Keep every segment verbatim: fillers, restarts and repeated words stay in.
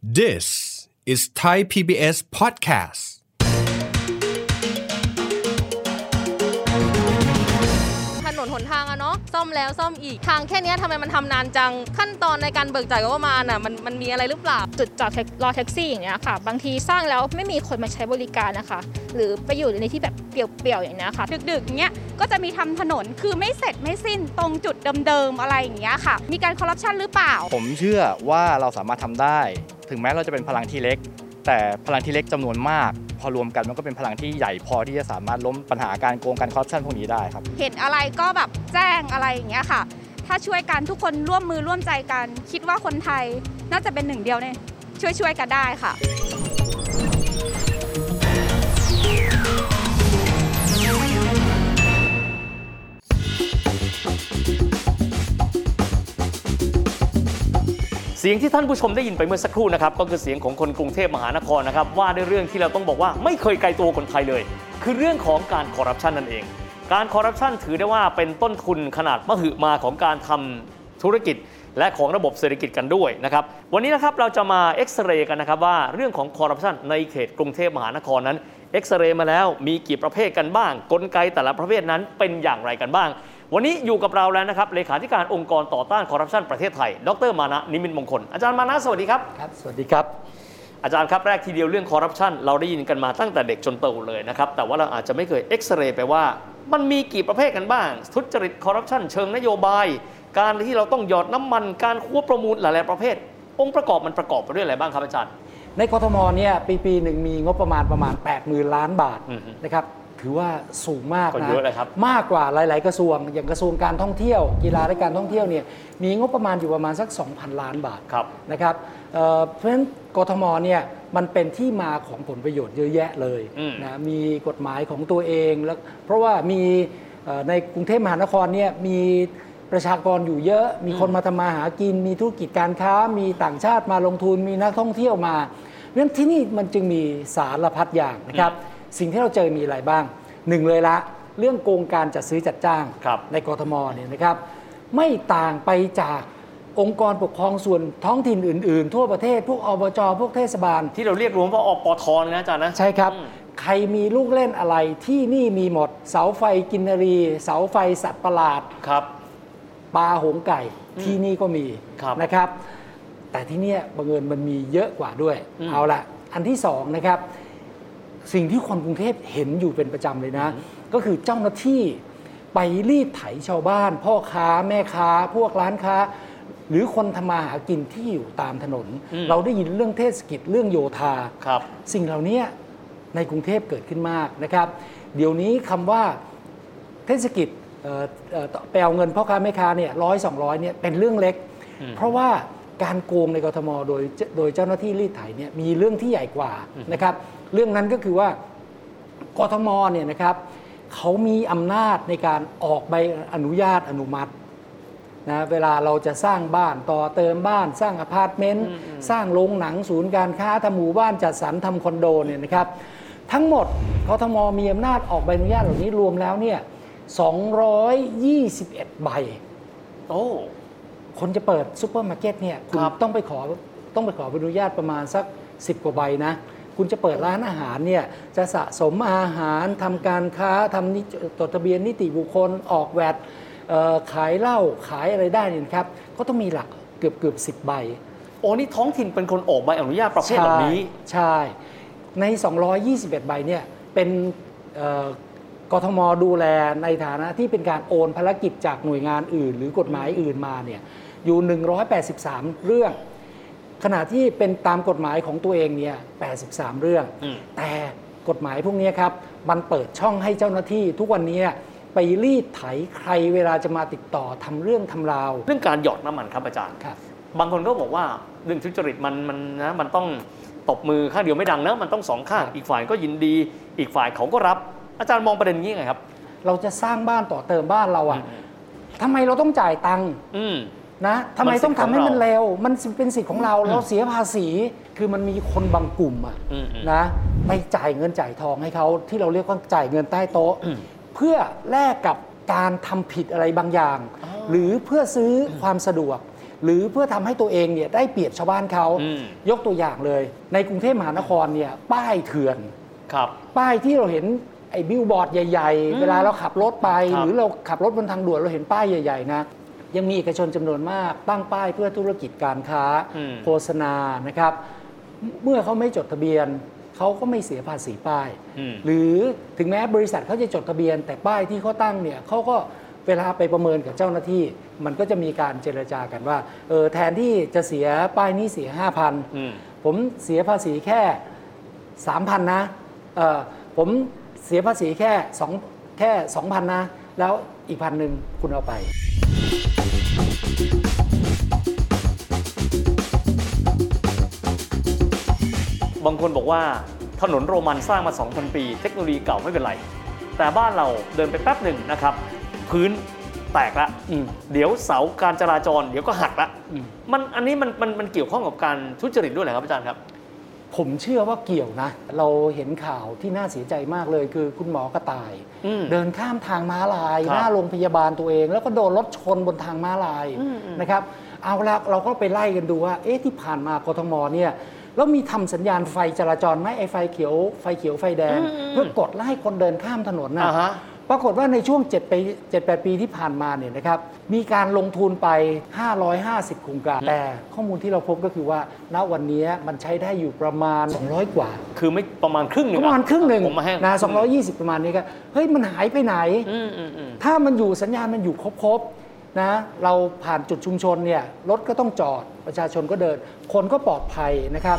This is Thai พี บี เอส podcast ถนนหนทางอะเนาะซ่อมแล้วซ่อมอีกทางแค่นี้ทำไมมันทำนานจังขั้นตอนในการเบิกจ่ายงบประมาณอะมันมันมีอะไรหรือเปล่าจุดจอดรอแท็กซี่อย่างเงี้ยค่ะบางทีสร้างแล้วไม่มีคนมาใช้บริการนะคะหรือไปอยู่ในที่แบบเปลี่ยวๆอย่างเงี้ยค่ะดึกๆเงี้ยก็จะมีทำถนนคือไม่เสร็จไม่สิ้นตรงจุดเดิมๆอะไรอย่างเงี้ยค่ะมีการคอร์รัปชันหรือเปล่าผมเชื่อว่าเราสามารถทำได้ถึงแม้เราจะเป็นพลังที่เล็กแต่พลังที่เล็กจำนวนมากพอรวมกันมันก็เป็นพลังที่ใหญ่พอที่จะสามารถล้มปัญหาการโกงการคอร์รัปชันพวกนี้ได้ครับเห็นอะไรก็แบบแจ้งอะไรอย่างเงี้ยค่ะถ้าช่วยกันทุกคนร่วมมือร่วมใจกันคิดว่าคนไทยน่าจะเป็นหนึ่งเดียวเนี่ยช่วยๆกันได้ค่ะเสียงที่ท่านผู้ชมได้ยินไปเมื่อสักครู่นะครับก็คือเสียงของคนกรุงเทพมหานครนะครับว่าด้วยเรื่องที่เราต้องบอกว่าไม่เคยไกลตัวคนไทยเลยคือเรื่องของการคอร์รัปชันนั่นเองการคอร์รัปชันถือได้ว่าเป็นต้นทุนขนาดมหึมาของการทำธุรกิจและของระบบเศรษฐกิจกันด้วยนะครับวันนี้นะครับเราจะมาเอ็กซเรย์กันนะครับว่าเรื่องของคอร์รัปชันในเขตกรุงเทพมหานครนั้นเอ็กซเรย์มาแล้วมีกี่ประเภทกันบ้างกลไกแต่ละประเภทนั้นเป็นอย่างไรกันบ้างวันนี้อยู่กับเราแล้วนะครับเลขาธิการองค์กรต่อต้านคอร์รัปชันประเทศไทยดร.มานะนิมิตมงคลอาจารย์มานะสวัสดีครับครับสวัสดีครับอาจารย์ครับแรกทีเดียวเรื่องคอร์รัปชันเราได้ยินกันมาตั้งแต่เด็กจนโตเลยนะครับแต่ว่าเราอาจจะไม่เคยเอ็กซเรย์ไปว่ามันมีกี่ประเภทกันบ้างทุจริตคอร์รัปชันเชิงนโยบายการที่เราต้องหยอดน้ำมันการควบประมูลหลายๆประเภทองค์ประกอบมันประกอบไปด้วยอะไรบ้างครับอาจารย์ในกทมเนี่ยปีปีหนึ่งมีงบประมาณประมาณ แปดหมื่น ล้านบาทนะครับถือว่าสูงมากนะมากกว่าหลายๆกระทรวงอย่างกระทรวงการท่องเที่ยวกีฬาและการท่องเที่ยวเนี่ยมีงบประมาณอยู่ประมาณสัก สองพัน ล้านบาทนะครับเพราะฉะนั้นกทมเนี่ยมันเป็นที่มาของผลประโยชน์เยอะแยะเลยนะมีกฎหมายของตัวเองแล้วเพราะว่ามีในกรุงเทพมหานครเนี่ยมีประชากรอยู่เยอะมีคนมาทำมาหากินมีธุรกิจการค้ามีต่างชาติมาลงทุนมีนักท่องเที่ยวมาเพราะฉะนั้นที่นี่มันจึงมีสารพัดอย่างนะครับสิ่งที่เราเจอมีอะไรบ้างหนึ่งเลยละเรื่องโกงการจัดซื้อจัดจ้างในกทมเนี่ยนะครับไม่ต่างไปจากองค์กรปกครองส่วนท้องถิ่นอื่นๆทั่วประเทศพวกอบจพวกเทศบาลที่เราเรียกรวมว่าอปทนะอาจารย์นะใช่ครับใครมีลูกเล่นอะไรที่นี่มีหมดเสาไฟกินรีเสาไฟสัตว์ประหลาดครับปลาหงไก่ที่นี่ก็มีนะครับแต่ที่นี่บังเอิญมันมีเยอะกว่าด้วยเอาละอันที่สองนะครับสิ่งที่คนกรุงเทพเห็นอยู่เป็นประจำเลยนะก็คือเจ้าหน้าที่ไปรีดไถชาวบ้านพ่อค้าแม่ค้าพวกร้านค้าหรือคนทำมาหากินที่อยู่ตามถนนเราได้ยินเรื่องเทศกิจเรื่องโยธาสิ่งเหล่านี้ในกรุงเทพเกิดขึ้นมากนะครับเดี๋ยวนี้คำว่าเทศกิจไปเอาเงินพ่อค้าแม่ค้าเนี่ยร้อยสองร้อยเนี่ยเป็นเรื่องเล็กเพราะว่าการโกงในกทมโดยโดยเจ้าหน้าที่รีดไถเนี่ยมีเรื่องที่ใหญ่กว่านะครับเรื่องนั้นก็คือว่ากทมเนี่ยนะครับเขามีอำนาจในการออกใบอนุญาตอนุมัตินะเวลาเราจะสร้างบ้านต่อเติมบ้านสร้างอพาร์ตเมนต์สร้างโรงหนังศูนย์การค้าทำหมู่บ้านจัดสรรทำคอนโดเนี่ยนะครับทั้งหมดกทมมีอำนาจออกใบอนุญาตเหล่านี้รวมแล้วเนี่ยสองร้อยยี่สิบเอ็ดใบโอ้คนจะเปิดซุปเปอร์มาร์เก็ตเนี่ยคุณต้องไปขอต้องไปขอใบอนุญาตประมาณสักสิบกว่าใบนะคุณจะเปิดร้านอาหารเนี่ยจะสะสมอาหารทำการค้าทำจดทะเบียนนิติบุคคลออกแวดขายเหล้าขายอะไรได้เนี่ยครับก็ต้องมีหลักเกือบเกือบสิบใบโอ้นี่ท้องถิ่นเป็นคนออกใบอนุญาตประเภทแบบนี้ใช่ในสองร้อยยี่สิบเอ็ดใบเนี่ยเป็นกทมดูแลในฐานะที่เป็นการโอนภารกิจจากหน่วยงานอื่นหรือกฎหมายอื่นมาเนี่ยอยู่หนึ่งร้อยแปดสิบสามเรื่องขณะที่เป็นตามกฎหมายของตัวเองเนี่ยแปดสิบสามเรื่องแต่กฎหมายพวกนี้ครับมันเปิดช่องให้เจ้าหน้าที่ทุกวันนี้ไปรีดไถใครเวลาจะมาติดต่อทำเรื่องทำราวเรื่องการหยอดน้ำมันครับอาจารย์บางคนก็บอกว่าเรื่องทุจริตมันมันนะมันต้องตบมือข้างเดียวไม่ดังนะมันต้องสองข้างอีกฝ่ายก็ยินดีอีกฝ่ายเขาก็รับอาจารย์มองประเด็นนี้ไงครับเราจะสร้างบ้านต่อเติมบ้านเราอ่ะทำไมเราต้องจ่ายตังค์นะทำไมต้องทำให้มันเร็วมันเป็นสิทธิ์ของเราเราเสียภาษีคือมันมีคนบางกลุ่มอ่ะนะไปจ่ายเงินจ่ายทองให้เขาที่เราเรียกว่าจ่ายเงินใต้โต๊ะเพื่อแลกกับการทำผิดอะไรบางอย่างหรือเพื่อซื้อความสะดวกหรือเพื่อทำให้ตัวเองเนี่ยได้เปรียบชาวบ้านเขายกตัวอย่างเลยในกรุงเทพมหานครเนี่ยป้ายเถื่อนครับป้ายที่เราเห็นไอ้บิลบอร์ดใหญ่ๆเวลาเราขับรถไปหรือเราขับรถบนทางด่วนเราเห็นป้ายใหญ่ๆนะยังมีเอกชนจำนวนมากตั้งป้ายเพื่อธุรกิจการค้าโฆษณานะครับเมื่อเขาไม่จดทะเบียนเขาก็ไม่เสียภาษีป้ายหรือถึงแม้บริษัทเขาจะจดทะเบียนแต่ป้ายที่เขาตั้งเนี่ยเขาก็เวลาไปประเมินกับเจ้าหน้าที่มันก็จะมีการเจรจากันว่าเออแทนที่จะเสียป้ายนี้เสีย ห้าพัน ผมเสียภาษีแค่ สามพัน นะเออผมเสียภาษีแค่2แค่ สองพัน นะแล้วอีกพันหนึ่งคุณเอาไปบางคนบอกว่าถนนโรมันสร้างมา สองพัน ปีเทคโนโลยีเก่าไม่เป็นไรแต่บ้านเราเดินไปแป๊บหนึ่งนะครับพื้นแตกละเดี๋ยวเสาการจราจรเดี๋ยวก็หักละมันอันนี้มันมันมันเกี่ยวข้องกับการทุจริตด้วยเหรอครับอาจารย์ครับผมเชื่อว่าเกี่ยวนะเราเห็นข่าวที่น่าเสียใจมากเลยคือคุณหมอกระต่ายเดินข้ามทางม้าลายหน้าโรงพยาบาลตัวเองแล้วก็โดนรถชนบนทางม้าลายนะครับเอาละเราก็ไปไล่กันดูว่าเอ๊ะที่ผ่านมากทมเนี่ยแล้วมีทำสัญญาณไฟจราจรไหมไอ้ไฟเขียวไฟเขียวไฟแดงเพื่อกดไล่คนเดินข้ามถนนนะปรากฏว่าในช่วงเจ็ดปีเจ็ด แปดปีที่ผ่านมาเนี่ยนะครับมีการลงทุนไปห้าร้อยห้าสิบโครงการแต่ข้อมูลที่เราพบก็คือว่าณวันนี้มันใช้ได้อยู่ประมาณสองร้อยกว่าคือไม่ประมาณครึ่งนึงประมาณครึ่งนึงนะสองร้อยยี่สิบประมาณนี้ก็เฮ้ยมันหายไปไหนถ้ามันอยู่สัญญาณมันอยู่ครบๆนะเราผ่านจุดชุมชนเนี่ยรถก็ต้องจอดประชาชนก็เดินคนก็ปลอดภัยนะครับ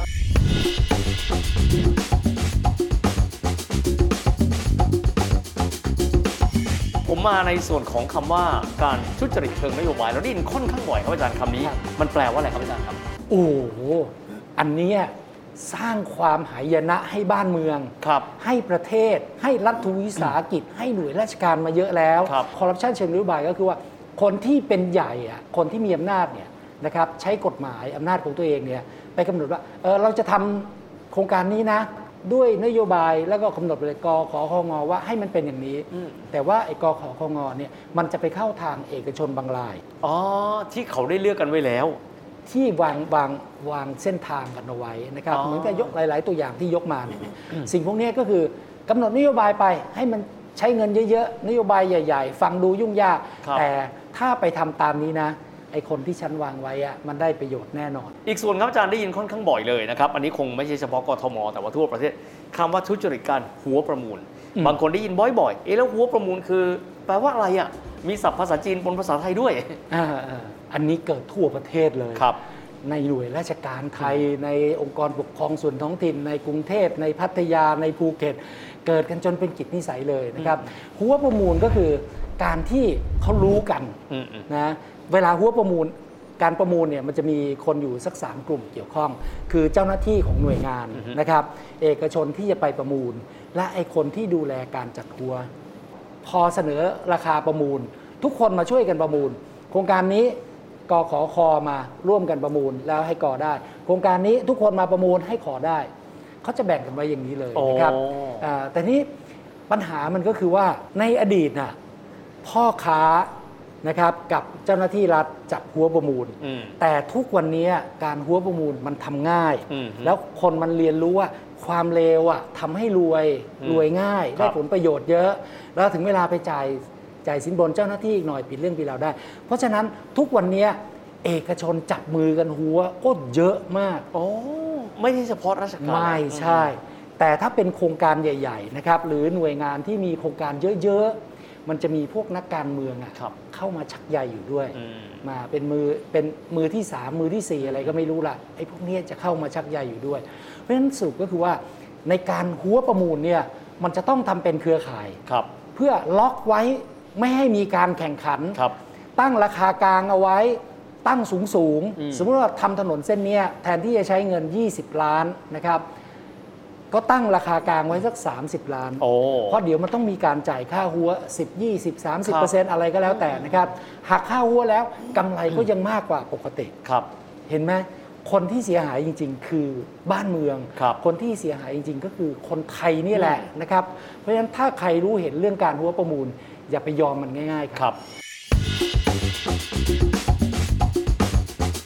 ผมมาในส่วนของคำว่าการทุจริตเชิงนโยบายเราได้ยินค่อนข้างบ่อยครับอาจารย์คำนี้มันแปลว่าอะไรครับอาจารย์ครับโอ้โหอันนี้สร้างความหายนะให้บ้านเมืองให้ประเทศให้รัฐวิสาหกิจให้หน่วยราชการมาเยอะแล้วคอร์รัปชันเชิงนโยบายก็คือว่าคนที่เป็นใหญ่อะคนที่มีอำนาจเนี่ยนะครับใช้กฎหมายอำนาจของตัวเองเนี่ยไปกำหนดว่าเออเราจะทำโครงการนี้นะด้วยนโยบายแล้วก็กำหนดไปเลยกขคงว่าให้มันเป็นอย่างนี้แต่ว่าไอ้กขคงเนี่ยมันจะไปเข้าทางเอกชนบางรายอ๋อที่เขาได้เลือกกันไว้แล้วที่วางวางวางเส้นทางกันเอาไว้นะครับเหมือนกับยกหลายๆตัวอย่างที่ยกมาเนี่ยสิ่งพวกนี้ก็คือกำหนดนโยบายไปให้มันใช้เงินเยอะๆนโยบายใหญ่ๆฟังดูยุ่งยากแต่ถ้าไปทำตามนี้นะไอ้คนที่ฉันวางไว้อะมันได้ประโยชน์แน่นอนอีกส่วนครับอาจารย์ได้ยินค่อนข้างบ่อยเลยนะครับอันนี้คงไม่ใช่เฉพาะกทมแต่ว่าทั่วประเทศคำว่าทุจริตการหัวประมูลบางคนได้ยินบ่อยๆเอ๊ะแล้วหัวประมูลคือแปลว่าอะไรอ่ะมีศัพท์ภาษาจีนปนภาษาไทยด้วยอ่าอันนี้เกิดทั่วประเทศเลยครับในหน่วยราชการไทยในองค์กรปกครองส่วนท้องถิ่นในกรุงเทพในพัทยาในภูเก็ตเกิดกันจนเป็นกิจนิสัยเลยนะครับหัวประมูลก็คือการที่เขารู้กันนะเวลาหัวประมูลการประมูลเนี่ยมันจะมีคนอยู่สักสามกลุ่มเกี่ยวข้องคือเจ้าหน้าที่ของหน่วยงานนะครับเอกชนที่จะไปประมูลและไอ้คนที่ดูแลการจัดหัวพอเสนอราคาประมูลทุกคนมาช่วยกันประมูลโครงการนี้กขคมาร่วมกันประมูลแล้วให้กอได้โครงการนี้ทุกคนมาประมูลให้ขอได้เขาจะแบ่งกันไว้อย่างนี้เลยนะครับแต่นี้ปัญหามันก็คือว่าในอดีตน่ะพ่อค้านะครับกับเจ้าหน้าที่รัฐจับหัวประมูลแต่ทุกวันนี้การหัวประมูลมันทำง่ายแล้วคนมันเรียนรู้ว่าความเลวอ่ะทำให้รวยรวยง่ายได้ผลประโยชน์เยอะแล้วถึงเวลาไปจ่ายจ่ายสินบนเจ้าหน้าที่อีกหน่อยปิดเรื่องปิดราวได้เพราะฉะนั้นทุกวันนี้เอกชนจับมือกันหัวก็เยอะมากโอ้ไม่ใช่เฉพาะราชการไม่ใช่แต่ถ้าเป็นโครงการใหญ่ๆนะครับหรือหน่วยงานที่มีโครงการเยอะๆมันจะมีพวกนักการเมืองอ่ะเข้ามาชักใยอยู่ด้วยมาเป็นมือเป็นมือที่สามมือที่สี่อะไรก็ไม่รู้ละไอ้พวกนี้จะเข้ามาชักใยอยู่ด้วยเพราะฉะนั้นสรุปก็คือว่าในการหัวประมูลเนี่ยมันจะต้องทำเป็นเครือข่ายเพื่อล็อกไว้ไม่ให้มีการแข่งขันตั้งราคากลางเอาไว้ตั้งสูงสูงสมมติว่าทำถนนเส้นนี้แทนที่จะใช้เงินยี่สิบล้านนะครับก็ตั้งราคากลางไว้สักสามสิบล้านเพราะเดี๋ยวมันต้องมีการจ่ายค่าหัวสิบ ยี่สิบ สามสิบเปอร์เซ็นต์ อะไรก็แล้วแต่นะครับหักค่าหัวแล้วกำไรก็ยังมากกว่าปกติเห็นไหมคนที่เสียหายจริงๆคือบ้านเมือง ค, คนที่เสียหายจริงๆก็คือคนไทยนี่แหละนะครับเพราะฉะนั้นถ้าใครรู้เห็นเรื่องการหัวประมูลอย่าไปยอมมันง่ายๆครับ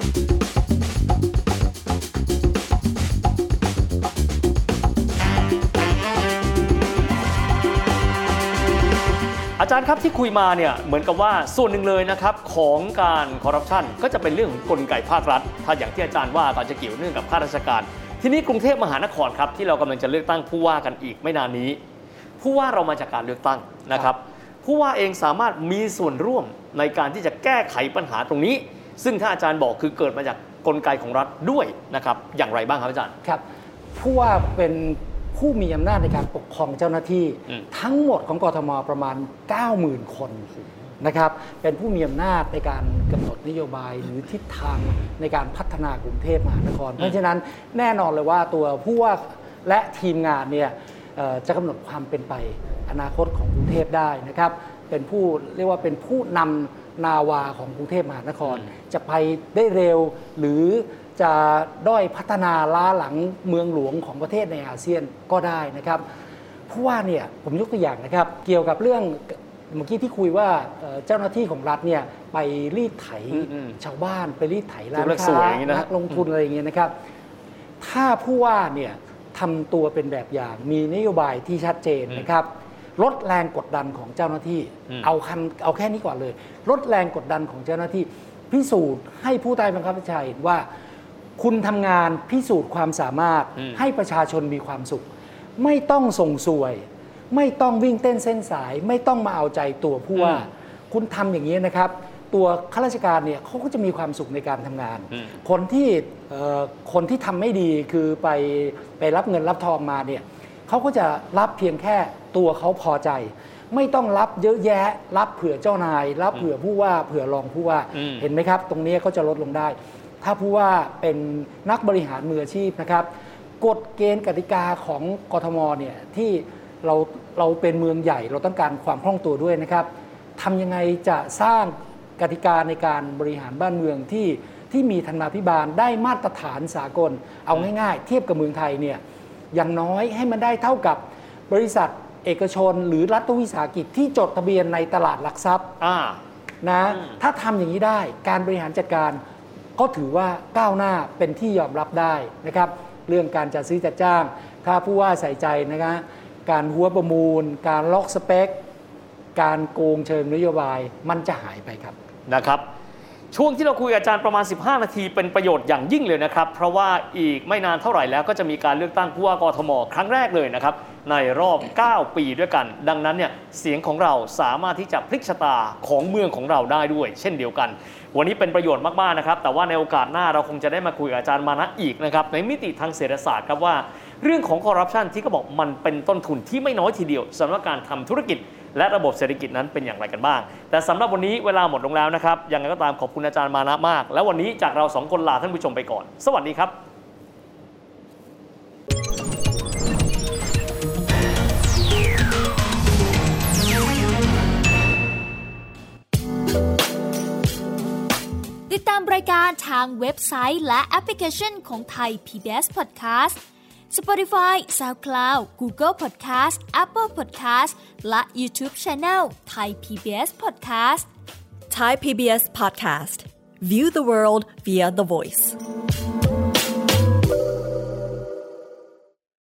อาจารย์ครับที่คุยมาเนี่ยเหมือนกับว่าส่วนหนึ่งเลยนะครับของการคอร์รัปชันก็จะเป็นเรื่องของกลไกภาครัฐถ้าอย่างที่อาจารย์ว่าก็จะเกี่ยวเนื่องกับข้าราชการทีนี้กรุงเทพมหานครครับที่เรากำลังจะเลือกตั้งผู้ว่ากันอีกไม่นานนี้ผู้ว่าเรามาจากการเลือกตั้งนะครับผู้ว่าเองสามารถมีส่วนร่วมในการที่จะแก้ไขปัญหาตรงนี้ซึ่งถ้าอาจารย์บอกคือเกิดมาจากกลไกของรัฐด้วยนะครับอย่างไรบ้างครับอาจารย์ครับผู้ว่าเป็นผู้มีอำนาจในการปกครองเจ้าหน้าที่ทั้งหมดของกทมประมาณ เก้าหมื่น คนนะครับเป็นผู้มีอำนาจในการกำหนดนโยบายหรือทิศทางในการพัฒนากรุงเทพมหานครเพราะฉะนั้นแน่นอนเลยว่าตัวผู้ว่าและทีมงานเนี่ยจะกำหนดความเป็นไปอนาคตของกรุงเทพได้นะครับเป็นผู้เรียกว่าเป็นผู้นำนาวาของกรุงเทพมหานครจะไปได้เร็วหรือจะด้อยพัฒนาล้าหลังเมืองหลวงของประเทศในอาเซียนก็ได้นะครับผู้ว่าเนี่ยผมยกตัวอย่างนะครับเกี่ยวกับเรื่องเมื่อกี้ที่คุยว่าเจ้าหน้าที่ของรัฐเนี่ยไปรีดไถชาวบ้านไปรีดไถร้านค้านักลงทุนอะไรอย่างเงี้ยนะครับถ้าผู้ว่าเนี่ยทำตัวเป็นแบบอย่างมีนโยบายที่ชัดเจนนะครับลดแรงกดดันของเจ้าหน้าที่เอาคันเอาแค่นี้ก่อนเลยลดแรงกดดันของเจ้าหน้าที่พิสูจน์ให้ผู้ใต้บังคับบัญชาเห็นว่าคุณทำงานพิสูจน์ความสามารถให้ประชาชนมีความสุขไม่ต้องส่งสวยไม่ต้องวิ่งเต้นเส้นสายไม่ต้องมาเอาใจตัวผู้ว่าคุณทำอย่างนี้นะครับตัวข้าราชการเนี่ยเขาก็จะมีความสุขในการทำงานคนที่คนที่ทำไม่ดีคือไปไปรับเงินรับทองมาเนี่ยเขาก็จะรับเพียงแค่ตัวเขาพอใจไม่ต้องรับเยอะแยะรับเผื่อเจ้านายรับเผื่อผู้ว่าเผื่อรองผู้ว่าเห็นไหมครับตรงนี้ก็จะลดลงได้ถ้าผู้ว่าเป็นนักบริหารมืออาชีพนะครับกฎเกณฑ์กติกาของกทมเนี่ยที่เราเราเป็นเมืองใหญ่เราต้องการความคล่องตัวด้วยนะครับทำยังไงจะสร้างกติกาในการบริหารบ้านเมืองที่ที่มีธรรมาภิบาลได้มาตรฐานสากลเอาง่ายๆเทียบกับเมืองไทยเนี่ยอย่างน้อยให้มันได้เท่ากับบริษัทเอกชนหรือรัฐวิสาหกิจที่จดทะเบียนในตลาดหลักทรัพย์นะถ้าทำอย่างนี้ได้การบริหารจัดการก็ถือว่าก้าวหน้าเป็นที่ยอมรับได้นะครับเรื่องการจัดซื้อจัดจ้างถ้าผู้ว่าใส่ใจนะครับการหัวประมูลการล็อกสเปคการโกงเชิงนโยบายมันจะหายไปครับนะครับช่วงที่เราคุยกับอาจารย์ประมาณสิบห้านาทีเป็นประโยชน์อย่างยิ่งเลยนะครับเพราะว่าอีกไม่นานเท่าไหร่แล้วก็จะมีการเลือกตั้งผู้ว่ากทมครั้งแรกเลยนะครับในรอบเก้าปีด้วยกันดังนั้นเนี่ยเสียงของเราสามารถที่จะพลิกชะตาของเมืองของเราได้ด้วยเช่นเดียวกันวันนี้เป็นประโยชน์มากๆนะครับแต่ว่าในโอกาสหน้าเราคงจะได้มาคุยกับอาจารย์มานะอีกนะครับในมิติทางเศรษฐศาสตร์ครับว่าเรื่องของคอร์รัปชันที่เขาบอกมันเป็นต้นทุนที่ไม่น้อยทีเดียวสำหรับการทำธุรกิจและระบบเศรษฐกิจนั้นเป็นอย่างไรกันบ้างแต่สำหรับวันนี้เวลาหมดลงแล้วนะครับยังไงก็ตามขอบคุณอาจารย์มานะมากแล้ววันนี้จากเราสองคนลาท่านผู้ชมไปก่อนสวัสดีครับติดตามรายการทางเว็บไซต์และแอปพลิเคชันของไทย พี บี เอส Podcast Spotify, SoundCloud, Google Podcast, Apple Podcast และ YouTube Channel Thai พี บี เอส Podcast Thai พี บี เอส Podcast View the world via the voice